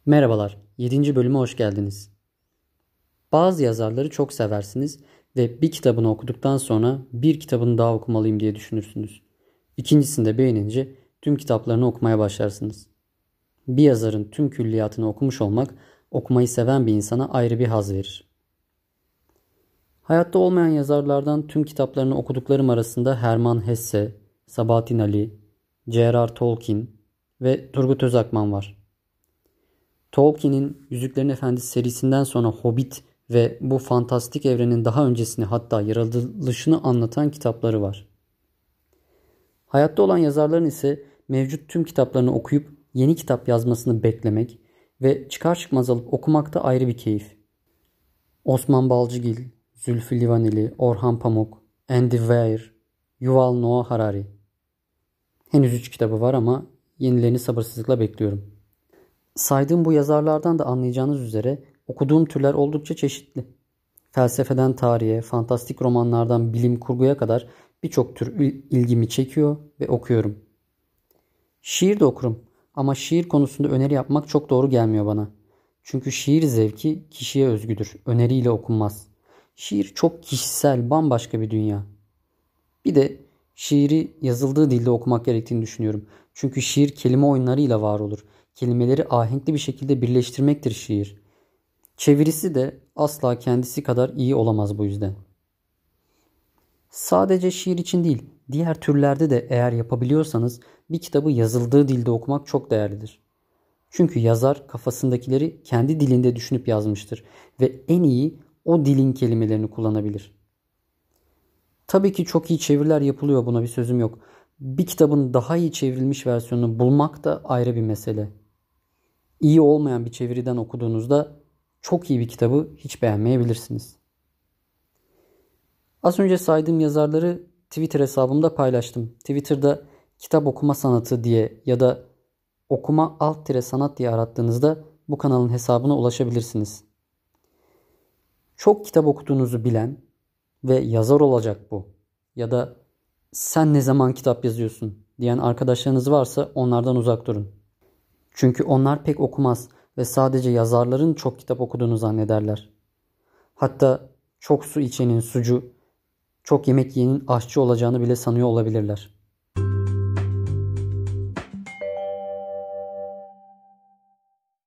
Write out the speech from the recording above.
Merhabalar, 7. bölüme hoş geldiniz. Bazı yazarları çok seversiniz ve bir kitabını okuduktan sonra bir kitabını daha okumalıyım diye düşünürsünüz. İkincisini de beğenince tüm kitaplarını okumaya başlarsınız. Bir yazarın tüm külliyatını okumuş olmak, okumayı seven bir insana ayrı bir haz verir. Hayatta olmayan yazarlardan tüm kitaplarını okuduklarım arasında Hermann Hesse, Sabahattin Ali, J.R.R. Tolkien ve Turgut Özakman var. Tolkien'in Yüzüklerin Efendisi serisinden sonra Hobbit ve bu fantastik evrenin daha öncesini, hatta yaratılışını anlatan kitapları var. Hayatta olan yazarların ise mevcut tüm kitaplarını okuyup yeni kitap yazmasını beklemek ve çıkar çıkmaz alıp okumak da ayrı bir keyif. Osman Balcıgil, Zülfü Livaneli, Orhan Pamuk, Andy Weir, Yuval Noah Harari. Henüz 3 kitabı var ama yenilerini sabırsızlıkla bekliyorum. Saydığım bu yazarlardan da anlayacağınız üzere okuduğum türler oldukça çeşitli. Felsefeden tarihe, fantastik romanlardan bilim kurguya kadar birçok tür ilgimi çekiyor ve okuyorum. Şiir de okurum ama şiir konusunda öneri yapmak çok doğru gelmiyor bana. Çünkü şiir zevki kişiye özgüdür, öneriyle okunmaz. Şiir çok kişisel, bambaşka bir dünya. Bir de şiiri yazıldığı dilde okumak gerektiğini düşünüyorum. Çünkü şiir kelime oyunlarıyla var olur. Kelimeleri ahenkli bir şekilde birleştirmektir şiir. Çevirisi de asla kendisi kadar iyi olamaz bu yüzden. Sadece şiir için değil, diğer türlerde de eğer yapabiliyorsanız bir kitabı yazıldığı dilde okumak çok değerlidir. Çünkü yazar kafasındakileri kendi dilinde düşünüp yazmıştır ve en iyi o dilin kelimelerini kullanabilir. Tabii ki çok iyi çeviriler yapılıyor, buna bir sözüm yok. Bir kitabın daha iyi çevrilmiş versiyonunu bulmak da ayrı bir mesele. İyi olmayan bir çeviriden okuduğunuzda çok iyi bir kitabı hiç beğenmeyebilirsiniz. Az önce saydığım yazarları Twitter hesabımda paylaştım. Twitter'da kitap okuma sanatı diye ya da okuma _sanat diye arattığınızda bu kanalın hesabına ulaşabilirsiniz. Çok kitap okuduğunuzu bilen ve yazar olacak bu ya da sen ne zaman kitap yazıyorsun diyen arkadaşlarınız varsa onlardan uzak durun. Çünkü onlar pek okumaz ve sadece yazarların çok kitap okuduğunu zannederler. Hatta çok su içenin sucu, çok yemek yiyenin aşçı olacağını bile sanıyor olabilirler.